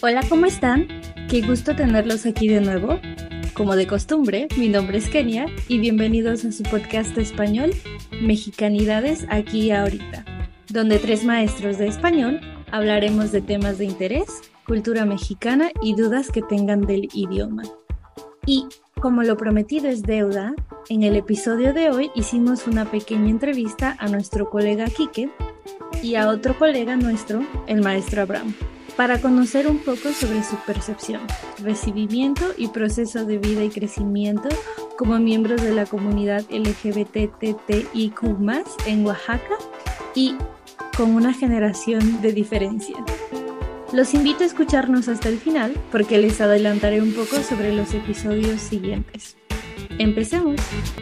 Hola, ¿cómo están? Qué gusto tenerlos aquí de nuevo. Como de costumbre, mi nombre es Kenia y bienvenidos a su podcast de español, Mexicanidades aquí y ahorita, donde tres maestros de español hablaremos de temas de interés, cultura mexicana y dudas que tengan del idioma. Y como lo prometido es deuda, en el episodio de hoy hicimos una pequeña entrevista a nuestro colega Quique y a otro colega nuestro, el maestro Abraham, para conocer un poco sobre su percepción, recibimiento y proceso de vida y crecimiento como miembros de la comunidad LGBTTIQ+, en Oaxaca y con una generación de diferencia. Los invito a escucharnos hasta el final porque les adelantaré un poco sobre los episodios siguientes. Empecemos.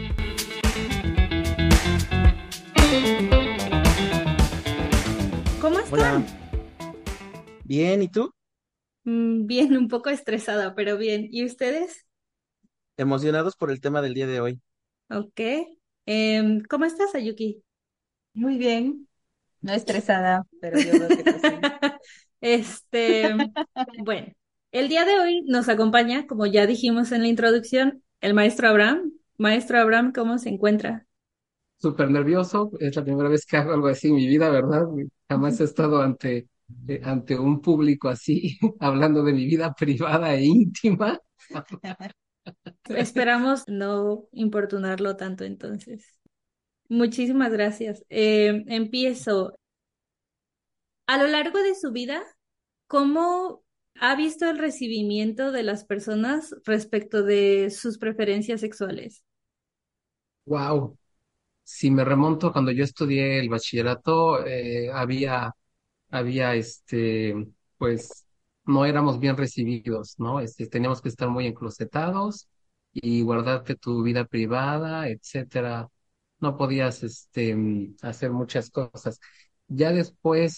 ¿Cómo Hola, están? bien, ¿y tú? Bien, un poco estresada, pero bien. ¿Y ustedes? Emocionados por el tema del día de hoy. Ok. ¿Cómo estás, Ayuki? Muy bien, no estresada, pero yo veo que tú sí. Este, bueno, el día de hoy nos acompaña, como ya dijimos en la introducción, el maestro Abraham. Maestro Abraham, ¿cómo se encuentra? Súper nervioso. Es la primera vez que hago algo así en mi vida, ¿verdad? Jamás he estado ante un público así, hablando de mi vida privada e íntima. Esperamos no importunarlo tanto entonces. Muchísimas gracias. Empiezo. A lo largo de su vida, ¿cómo ha visto el recibimiento de las personas respecto de sus preferencias sexuales? Wow. Si me remonto cuando yo estudié el bachillerato, había, pues, no éramos bien recibidos, ¿no? Teníamos que estar muy enclosetados y guardarte tu vida privada, etcétera. No podías, hacer muchas cosas. Ya después,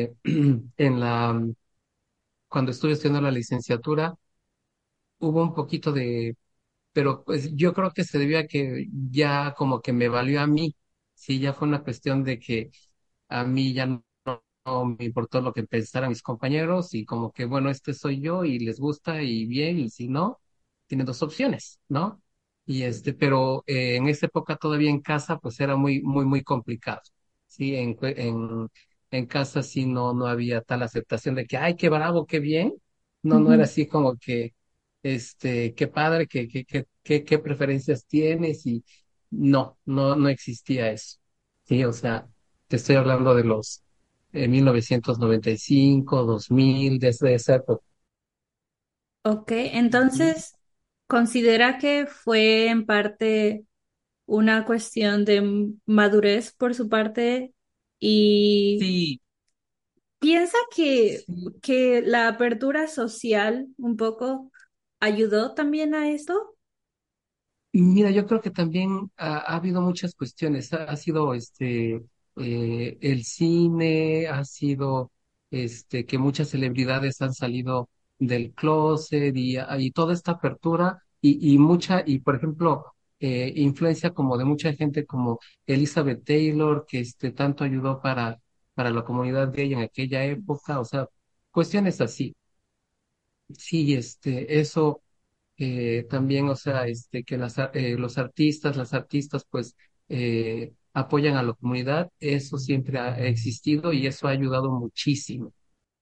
cuando estuve estudiando la licenciatura, hubo un poquito pero pues yo creo que se debió a que ya como que me valió a mí. Sí, ya fue una cuestión de que a mí ya no me importó lo que pensaran mis compañeros y como que, bueno, este soy yo y les gusta y bien, y si no, tienen dos opciones, ¿no? Pero en esa época todavía en casa pues era muy, muy, muy complicado. Sí, en casa sí no había tal aceptación de que, ay, qué bravo, qué bien. No era Ujú. así como que, qué padre, qué preferencias tienes y no existía eso. Sí, o sea, te estoy hablando de los 1995, 2000, desde esa época. Ok, Ujú. entonces, ¿considera que fue en parte una cuestión de madurez por su parte y Sí, piensa sí. que la apertura social un poco ayudó también a esto? Y mira, yo creo que también ha habido muchas cuestiones. Ha sido el cine, ha sido que muchas celebridades han salido del closet y toda esta apertura y por ejemplo, influencia como de mucha gente como Elizabeth Taylor, que tanto ayudó para la comunidad gay en aquella época. O sea, cuestiones así. Sí, eso también, o sea, que los artistas, las artistas, pues, apoyan a la comunidad, eso siempre ha existido y eso ha ayudado muchísimo.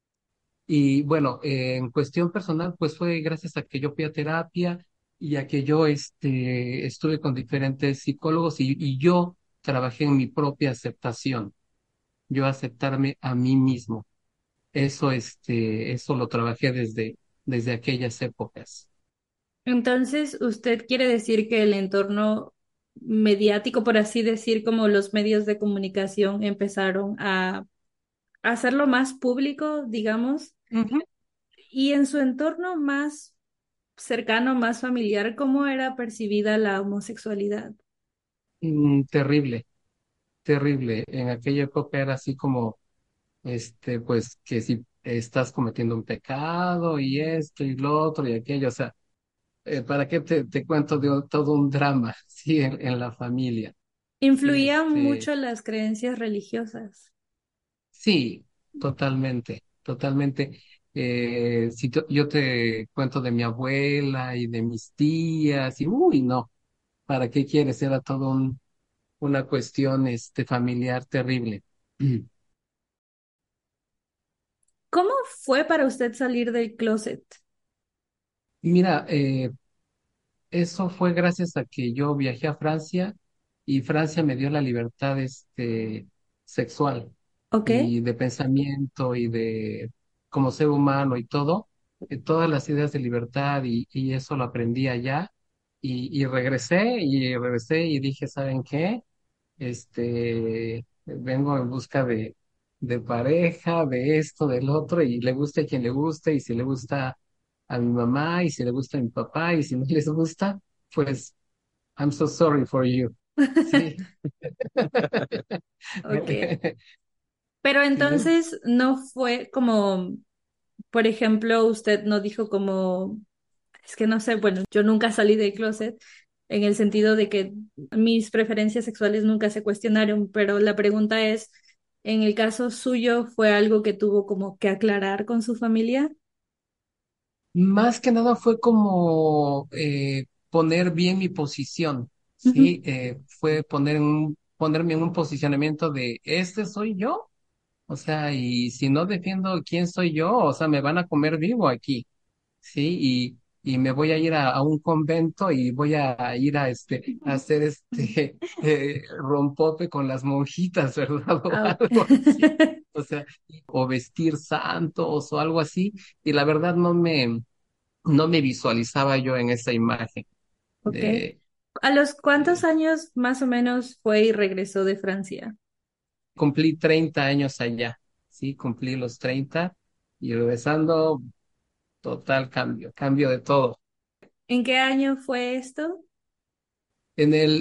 Y bueno, en cuestión personal, pues fue gracias a que yo fui a terapia y a que yo, estuve con diferentes psicólogos y yo trabajé en mi propia aceptación, yo aceptarme a mí mismo. Eso lo trabajé desde aquellas épocas. Entonces, ¿usted quiere decir que el entorno mediático, por así decir, como los medios de comunicación empezaron a hacerlo más público, digamos, y en su entorno más cercano, más familiar, cómo era percibida la homosexualidad? Terrible, terrible. En aquella época era así como, pues, que si estás cometiendo un pecado y esto y lo otro y aquello, o sea, ¿para qué te cuento todo un drama, sí, en la familia? Sí, Influían mucho las creencias religiosas. sí, totalmente, totalmente. Si yo te cuento de mi abuela y de mis tías, y uy, no, ¿para qué quieres? Era todo una cuestión familiar terrible. ¿Cómo fue para usted salir del closet? Mira, eso fue gracias a que yo viajé a Francia y Francia me dio la libertad sexual ¿Ok? y de pensamiento y de como ser humano y todo, todas las ideas de libertad y eso lo aprendí allá y regresé y dije, ¿saben qué? Vengo en busca de pareja, de esto, del otro, y le guste a quien le guste, y si le gusta a mi mamá, y si le gusta a mi papá, y si no les gusta, pues I'm so sorry for you. Sí. Ok. Pero Sí. entonces no fue como, por ejemplo, usted no dijo como, es que no sé, bueno, yo nunca salí del closet en el sentido de que mis preferencias sexuales nunca se cuestionaron, pero la pregunta es, en el caso suyo, ¿fue algo que tuvo como que aclarar con su familia? Más que nada fue como poner bien mi posición, Ujú. ¿sí? Fue ponerme en un posicionamiento de, este soy yo, o sea, y si no defiendo quién soy yo, o sea, me van a comer vivo aquí. Sí, y me voy a ir a un convento y voy a ir a hacer rompope con las monjitas, ¿verdad? O Ah, algo así. O sea, o vestir santos o algo así. Y la verdad no me visualizaba yo en esa imagen. ok. De, ¿A los cuántos de- años más o menos fue y regresó de Francia? Cumplí 30 años allá. Sí, cumplí los 30 y regresando, total cambio, cambio de todo. ¿En qué año fue esto? En el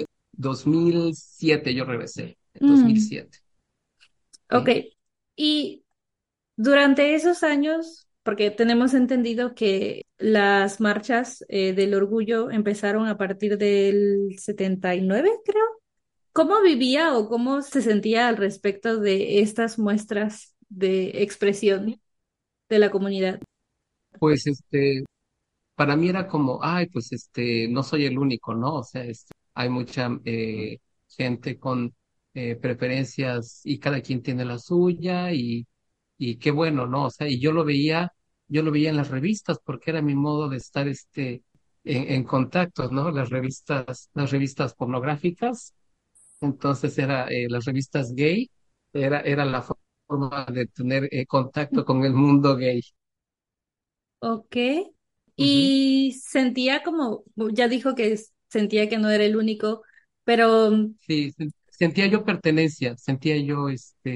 2007 yo regresé, en Mm, 2007. ok. ¿Sí? Y durante esos años, porque tenemos entendido que las marchas del orgullo empezaron a partir del 79, creo. ¿Cómo vivía o cómo se sentía al respecto de estas muestras de expresión de la comunidad? Pues para mí era como, ay, pues no soy el único, ¿no? O sea, hay mucha gente con preferencias y cada quien tiene la suya y qué bueno, ¿no? O sea, y yo lo veía en las revistas porque era mi modo de estar en contacto, ¿no? Las revistas pornográficas, entonces las revistas gay, era la forma de tener contacto con el mundo gay. Ok. Ujú. Y sentía como, ya dijo que sentía que no era el único, pero Sí, sentía yo pertenencia, sentía yo,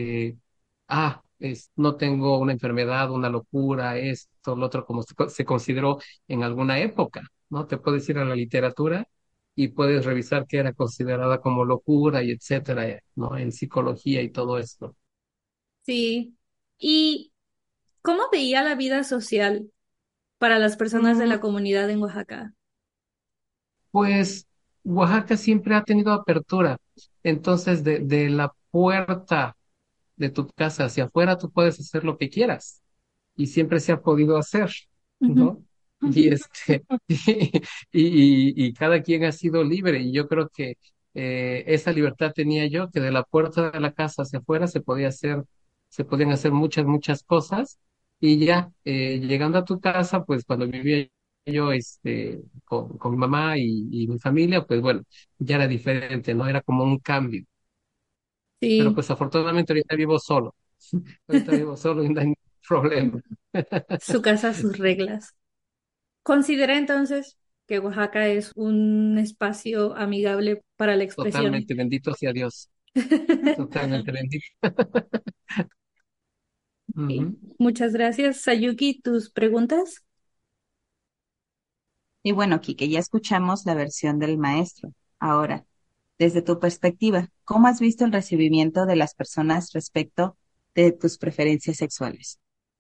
no tengo una enfermedad, una locura, esto, lo otro, como se consideró en alguna época, ¿no? Te puedes ir a la literatura y puedes revisar que era considerada como locura y etcétera, ¿no? En psicología y todo esto. sí. ¿Y cómo veía la vida social para las personas de Mm, la comunidad en Oaxaca? Pues Oaxaca siempre ha tenido apertura, entonces de la puerta de tu casa hacia afuera tú puedes hacer lo que quieras. Y siempre se ha podido hacer, Ujú. ¿no? Y cada quien ha sido libre y yo creo que esa libertad tenía yo, que de la puerta de la casa hacia afuera se podían hacer muchas, muchas cosas y ya llegando a tu casa, pues cuando vivía yo con mi mamá y mi familia, pues bueno, ya era diferente, ¿no? Era como un cambio, pero Sí, pues afortunadamente ahorita vivo solo, ahorita vivo solo y no hay ningún problema. su casa, sus reglas. ¿Considera entonces que Oaxaca es un espacio amigable para la expresión? Totalmente, bendito sea Dios. Totalmente bendito. Ok. Ujú. Muchas gracias. Sayuki, ¿tus preguntas? Y bueno, Quique, ya escuchamos la versión del maestro. Ahora, desde tu perspectiva, ¿cómo has visto el recibimiento de las personas respecto de tus preferencias sexuales?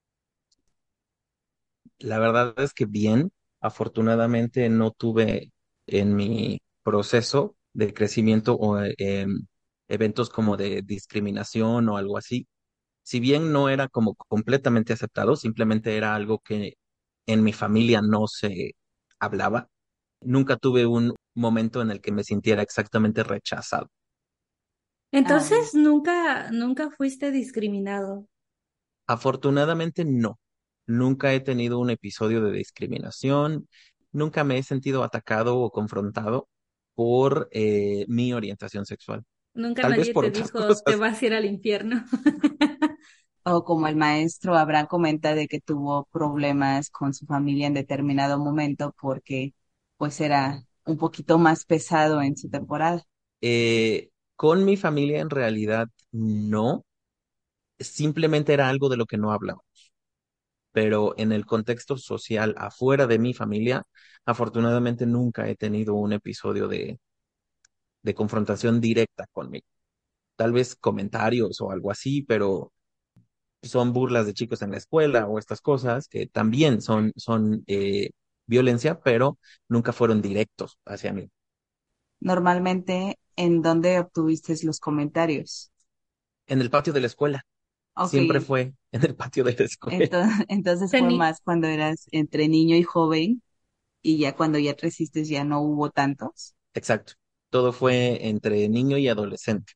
La verdad es que bien, afortunadamente no tuve en mi proceso de crecimiento o eventos como de discriminación o algo así. Si bien no era como completamente aceptado, simplemente era algo que en mi familia no se hablaba. Nunca tuve un momento en el que me sintiera exactamente rechazado. Ah, Entonces, nunca fuiste discriminado. Afortunadamente no. Nunca he tenido un episodio de discriminación, nunca me he sentido atacado o confrontado por mi orientación sexual. Nunca Tal vez nadie por te otras dijo, te cosas. vas a ir al infierno. o como el maestro Abraham comenta de que tuvo problemas con su familia en determinado momento porque pues era un poquito más pesado en su temporada. Con mi familia en realidad no, simplemente era algo de lo que no hablaba. Pero en el contexto social afuera de mi familia, afortunadamente nunca he tenido un episodio de confrontación directa conmigo. Tal vez comentarios o algo así, pero son burlas de chicos en la escuela o estas cosas que también son violencia, pero nunca fueron directos hacia mí. Normalmente, ¿en dónde obtuviste los comentarios? En el patio de la escuela, Ok, siempre fue en el patio de la escuela. entonces fue Teni- más cuando eras entre niño y joven y ya cuando ya creciste ya no hubo tantos, Exacto. Todo fue entre niño y adolescente.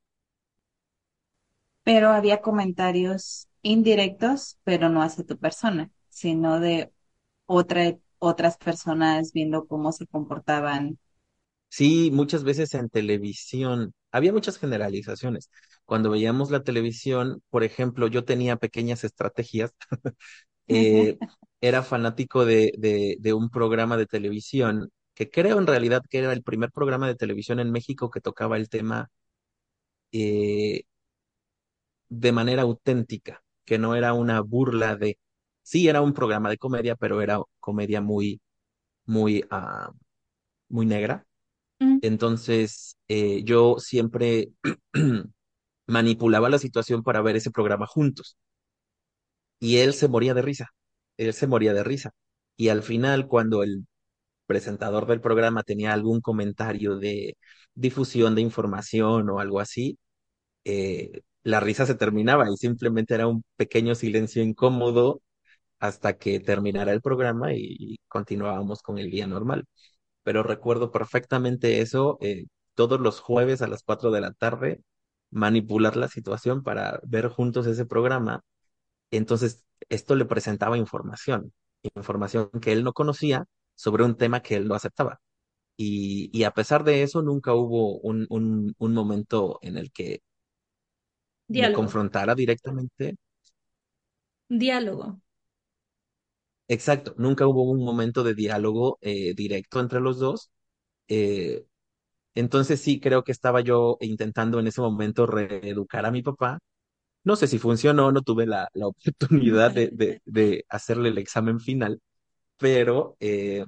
pero había comentarios indirectos, pero no hacia tu persona, sino de otras personas viendo cómo se comportaban. Sí, muchas veces en televisión había muchas generalizaciones. Cuando veíamos la televisión, por ejemplo, yo tenía pequeñas estrategias. eh, Era fanático de un programa de televisión que creo en realidad que era el primer programa de televisión en México que tocaba el tema eh, de manera auténtica, que no era una burla de... Sí, era un programa de comedia, pero era comedia muy muy negra. Mm. Entonces, yo siempre manipulaba la situación para ver ese programa juntos. Y él se moría de risa. Él se moría de risa. Y al final, cuando el presentador del programa tenía algún comentario de difusión de información o algo así, la risa se terminaba y simplemente era un pequeño silencio incómodo hasta que terminara el programa y continuábamos con el día normal. Pero recuerdo perfectamente eso, todos los jueves a las 4 de la tarde, manipular la situación para ver juntos ese programa. Entonces, esto le presentaba información que él no conocía sobre un tema que él no aceptaba. Y a pesar de eso, nunca hubo un momento en el que me Diálogo, confrontara directamente. diálogo. Exacto, nunca hubo un momento de diálogo directo entre los dos. Eh, Entonces sí, creo que estaba yo intentando en ese momento reeducar a mi papá. No sé si funcionó, no tuve la oportunidad de hacerle el examen final, pero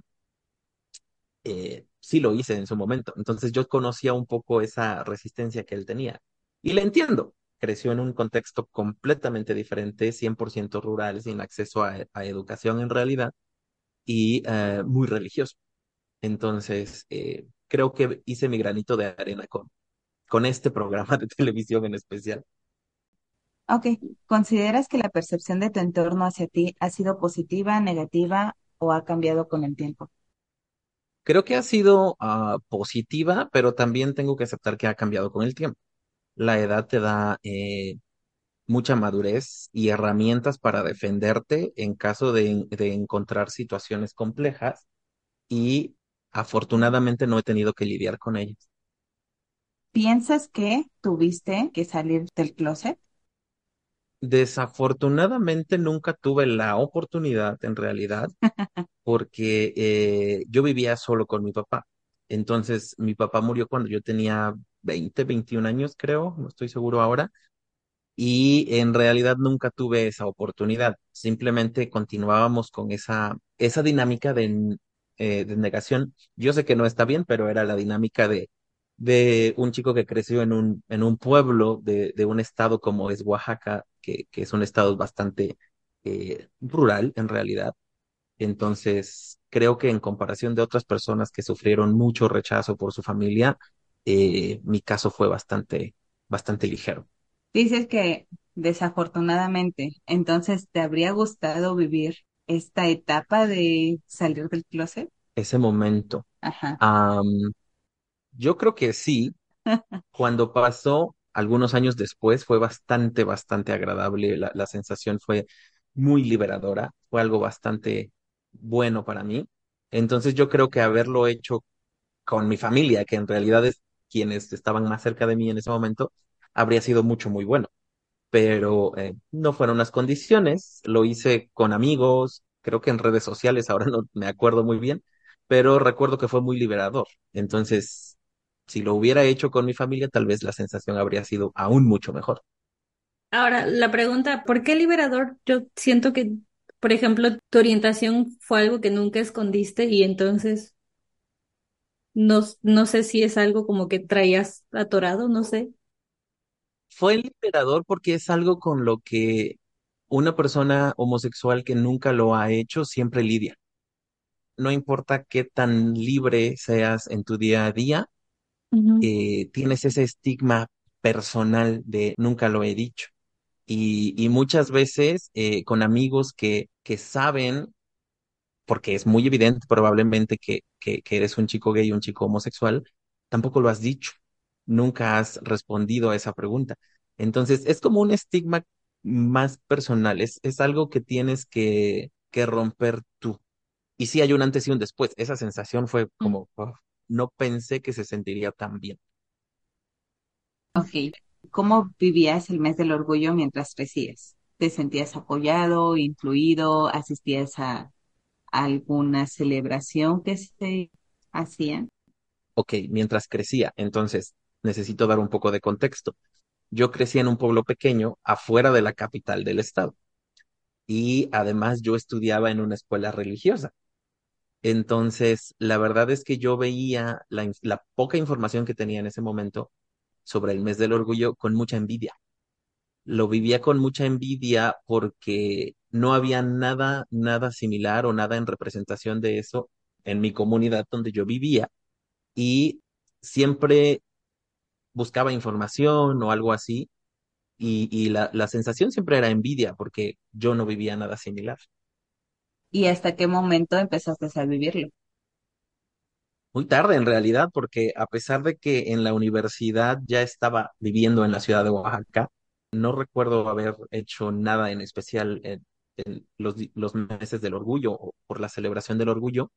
sí lo hice en su momento. Entonces yo conocía un poco esa resistencia que él tenía. Y le entiendo. Creció en un contexto completamente diferente, 100% rural, sin acceso a educación en realidad, y muy religioso. Entonces, creo que hice mi granito de arena con este programa de televisión en especial. Ok, ¿consideras que la percepción de tu entorno hacia ti ha sido positiva, negativa o ha cambiado con el tiempo? Creo que ha sido positiva, pero también tengo que aceptar que ha cambiado con el tiempo. La edad te da mucha madurez y herramientas para defenderte en caso de encontrar situaciones complejas y afortunadamente no he tenido que lidiar con ellas. ¿Piensas que tuviste que salir del closet? Desafortunadamente nunca tuve la oportunidad en realidad porque yo vivía solo con mi papá. Entonces, mi papá murió cuando yo tenía 20, 21 años, creo, no estoy seguro ahora, y en realidad nunca tuve esa oportunidad. Simplemente continuábamos con esa dinámica de negación. Yo sé que no está bien, pero era la dinámica de un chico que creció en un pueblo de un estado como es Oaxaca, que es un estado bastante rural en realidad. Entonces, creo que en comparación de otras personas que sufrieron mucho rechazo por su familia, mi caso fue bastante ligero. Dices que desafortunadamente. Entonces, ¿te habría gustado vivir esta etapa de salir del closet? Ese momento. Ajá. Am, yo creo que sí. Cuando pasó, algunos años después, fue bastante, bastante agradable. La sensación fue muy liberadora. Fue algo bastante bueno para mí. Entonces yo creo que haberlo hecho con mi familia, que en realidad es quienes estaban más cerca de mí en ese momento, habría sido mucho, muy bueno. Pero no fueron las condiciones. Lo hice con amigos, creo que en redes sociales, ahora no me acuerdo muy bien, pero recuerdo que fue muy liberador. Entonces, si lo hubiera hecho con mi familia, tal vez la sensación habría sido aún mucho mejor. Ahora, la pregunta, ¿por qué liberador? Yo siento que, por ejemplo, tu orientación fue algo que nunca escondiste y entonces no sé si es algo como que traías atorado, no sé. Fue liberador porque es algo con lo que una persona homosexual que nunca lo ha hecho siempre lidia. No importa qué tan libre seas en tu día a día, Ujú. tienes ese estigma personal de nunca lo he dicho. Y muchas veces con amigos que saben, porque es muy evidente probablemente que eres un chico gay, un chico homosexual, tampoco lo has dicho, nunca has respondido a esa pregunta. Entonces es como un estigma más personal, es algo que tienes que romper tú. Y sí hay un antes y un después, esa sensación fue Mm. como, "Uf, no pensé que se sentiría tan bien". Ok. ¿Cómo vivías el mes del orgullo mientras crecías? ¿Te sentías apoyado, incluido? ¿Asistías a alguna celebración que se hacían? Ok, mientras crecía, entonces necesito dar un poco de contexto. Yo crecí en un pueblo pequeño afuera de la capital del estado y además yo estudiaba en una escuela religiosa. Entonces, la verdad es que yo veía la poca información que tenía en ese momento sobre el mes del orgullo con mucha envidia. Lo vivía con mucha envidia porque no había nada, nada similar o nada en representación de eso en mi comunidad donde yo vivía y siempre buscaba información o algo así y la sensación siempre era envidia porque yo no vivía nada similar. ¿Y hasta qué momento empezaste a vivirlo? Muy tarde en realidad, porque a pesar de que en la universidad ya estaba viviendo en la ciudad de Oaxaca, no recuerdo haber hecho nada en especial en los meses del orgullo o por la celebración del orgullo.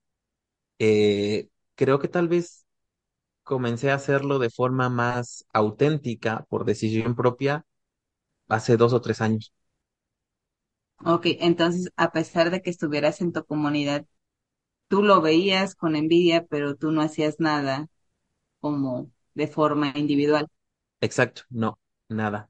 Creo que tal vez comencé a hacerlo de forma más auténtica, por decisión propia, hace 2 o 3 años. Ok, entonces, a pesar de que estuvieras en tu comunidad, tú lo veías con envidia, pero tú no hacías nada como de forma individual. Exacto, no, nada.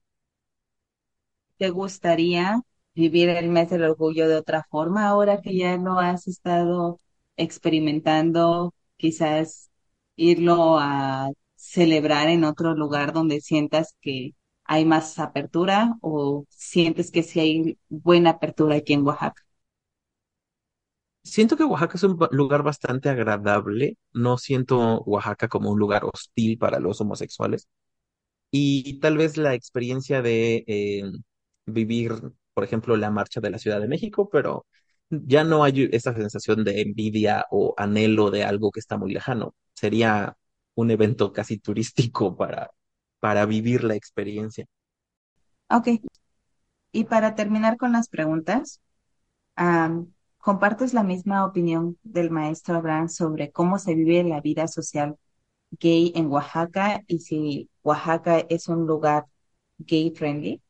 ¿Te gustaría vivir el mes del orgullo de otra forma ahora que ya lo has estado experimentando? Quizás irlo a celebrar en otro lugar donde sientas que hay más apertura o sientes que sí hay buena apertura aquí en Oaxaca. Siento que Oaxaca es un lugar bastante agradable. No siento Oaxaca como un lugar hostil para los homosexuales. Y tal vez la experiencia de vivir, por ejemplo, la marcha de la Ciudad de México, pero ya no hay esa sensación de envidia o anhelo de algo que está muy lejano. Sería un evento casi turístico para vivir la experiencia. Ok, y para terminar con las preguntas, ¿compartes la misma opinión del maestro Abraham sobre cómo se vive la vida social gay en Oaxaca y si Oaxaca es un lugar gay friendly?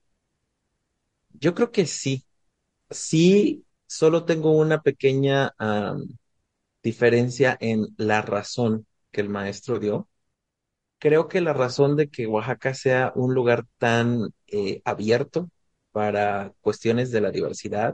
Yo creo que sí. Sí, solo tengo una pequeña diferencia en la razón que el maestro dio. Creo que la razón de que Oaxaca sea un lugar tan abierto para cuestiones de la diversidad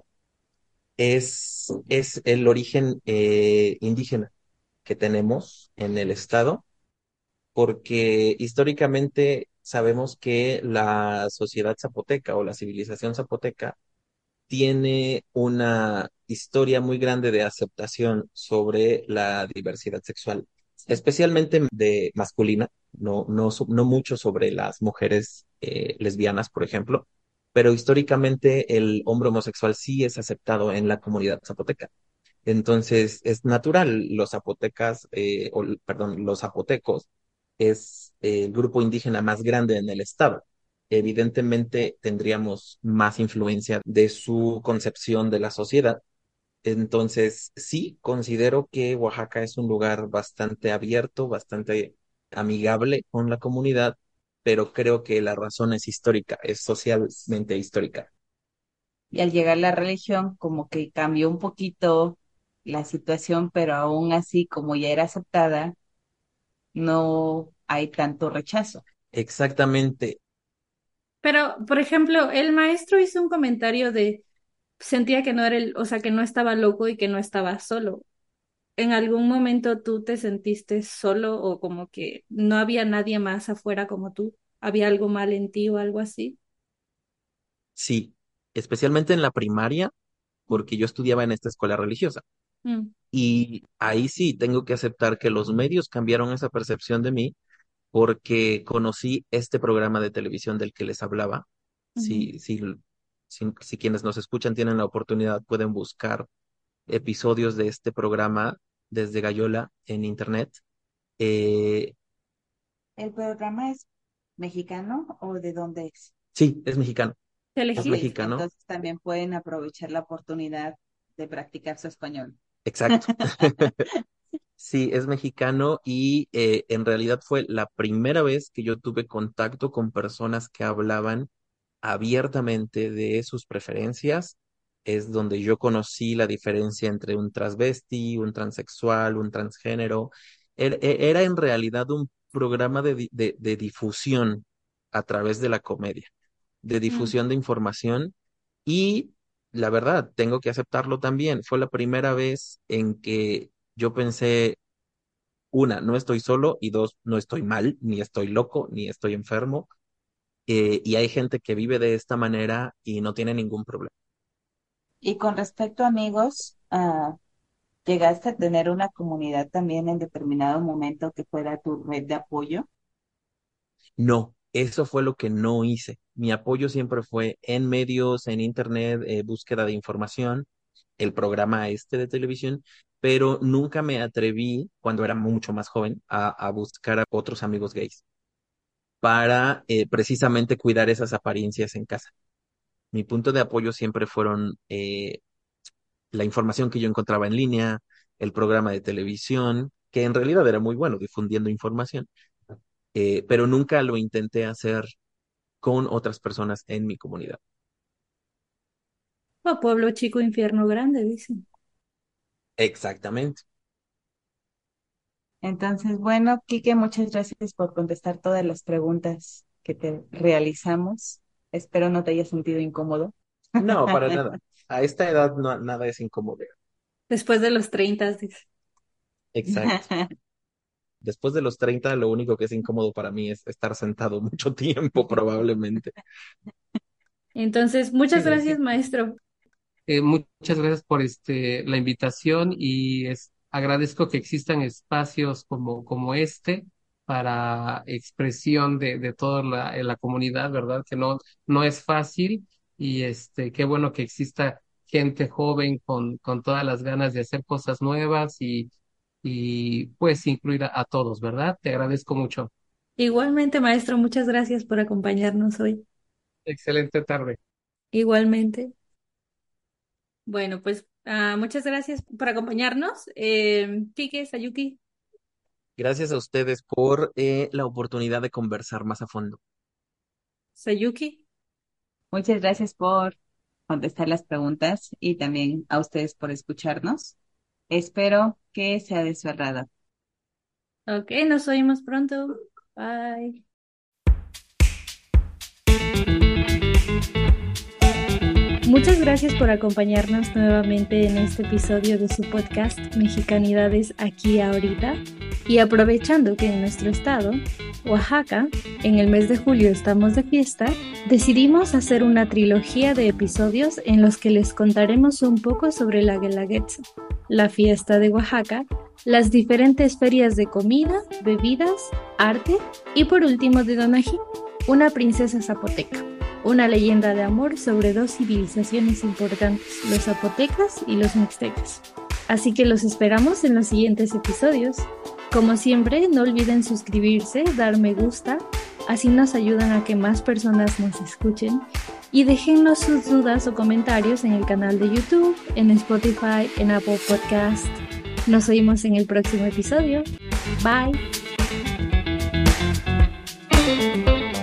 es el origen indígena que tenemos en el estado, porque históricamente sabemos que la sociedad zapoteca o la civilización zapoteca tiene una historia muy grande de aceptación sobre la diversidad sexual, especialmente de masculina, no mucho sobre las mujeres lesbianas, por ejemplo, pero históricamente el hombre homosexual sí es aceptado en la comunidad zapoteca. Entonces, es natural, los zapotecas, perdón, los zapotecos es el grupo indígena más grande en el estado. Evidentemente, tendríamos más influencia de su concepción de la sociedad. Entonces, sí, considero que Oaxaca es un lugar bastante abierto, bastante amigable con la comunidad, pero creo que la razón es histórica, es socialmente histórica. Y al llegar la religión, como que cambió un poquito la situación, pero aún así, como ya era aceptada, no hay tanto rechazo. Exactamente. Pero, por ejemplo, el maestro hizo un comentario de sentía que no era o sea, que no estaba loco y que no estaba solo. ¿En algún momento tú te sentiste solo o como que no había nadie más afuera como tú? ¿Había algo mal en ti o algo así? Sí, especialmente en la primaria, porque yo estudiaba en esta escuela religiosa. Mm, Y ahí sí tengo que aceptar que los medios cambiaron esa percepción de mí porque conocí este programa de televisión del que les hablaba. ujú. Si quienes nos escuchan tienen la oportunidad, pueden buscar episodios de este programa desde Gallola en internet. Eh, ¿El programa es mexicano o de dónde es? sí, es mexicano, es Elegí. Ok, mexicano, entonces también pueden aprovechar la oportunidad de practicar su español. exacto. Sí, es mexicano y en realidad fue la primera vez que yo tuve contacto con personas que hablaban abiertamente de sus preferencias. Es donde yo conocí la diferencia entre un transvesti, un transexual, un transgénero. Era en realidad un programa de difusión a través de la comedia, de Mm. difusión de información y la verdad, tengo que aceptarlo también. Fue la primera vez en que yo pensé, una, no estoy solo y dos, no estoy mal, ni estoy loco, ni estoy enfermo. Y hay gente que vive de esta manera y no tiene ningún problema. Y con respecto a amigos, ¿llegaste a tener una comunidad también en determinado momento que fuera tu red de apoyo? No, eso fue lo que no hice. Mi apoyo siempre fue en medios, en internet, búsqueda de información, el programa este de televisión, pero nunca me atreví, cuando era mucho más joven, a buscar a otros amigos gays para precisamente cuidar esas apariencias en casa. Mi punto de apoyo siempre fueron la información que yo encontraba en línea, el programa de televisión, que en realidad era muy bueno difundiendo información, pero nunca lo intenté hacer con otras personas en mi comunidad. O pueblo chico, infierno grande, dicen. Exactamente. Entonces, bueno, Quique, muchas gracias por contestar todas las preguntas que te realizamos. Espero no te hayas sentido incómodo. No, para nada. A esta edad nada es incómodo. Después de los 30, dice. Exacto. Después de los 30, lo único que es incómodo para mí es estar sentado mucho tiempo, probablemente. Entonces, muchas Sí, gracias, maestro. muchas gracias por la invitación y agradezco que existan espacios como este para expresión de toda la comunidad, ¿verdad? Que no es fácil y qué bueno que exista gente joven con todas las ganas de hacer cosas nuevas y pues incluir a todos, ¿verdad? Te agradezco mucho. Igualmente, maestro, muchas gracias por acompañarnos hoy. Excelente tarde. Igualmente. Bueno, pues muchas gracias por acompañarnos. Kike, Sayuki, Gracias a ustedes por la oportunidad de conversar más a fondo. Sayuki. Muchas gracias por contestar las preguntas y también a ustedes por escucharnos. Espero que sea de su agrado. Ok, nos oímos pronto. Bye. Muchas gracias por acompañarnos nuevamente en este episodio de su podcast Mexicanidades aquí ahorita. Y aprovechando que en nuestro estado, Oaxaca, en el mes de julio estamos de fiesta, decidimos hacer una trilogía de episodios en los que les contaremos un poco sobre la Guelaguetza, la fiesta de Oaxaca, las diferentes ferias de comida, bebidas, arte y por último de Donají, una princesa zapoteca, una leyenda de amor sobre dos civilizaciones importantes, los zapotecas y los mixtecas. Así que los esperamos en los siguientes episodios. Como siempre, no olviden suscribirse, dar me gusta, así nos ayudan a que más personas nos escuchen. Y déjennos sus dudas o comentarios en el canal de YouTube, en Spotify, en Apple Podcast. Nos oímos en el próximo episodio. Bye.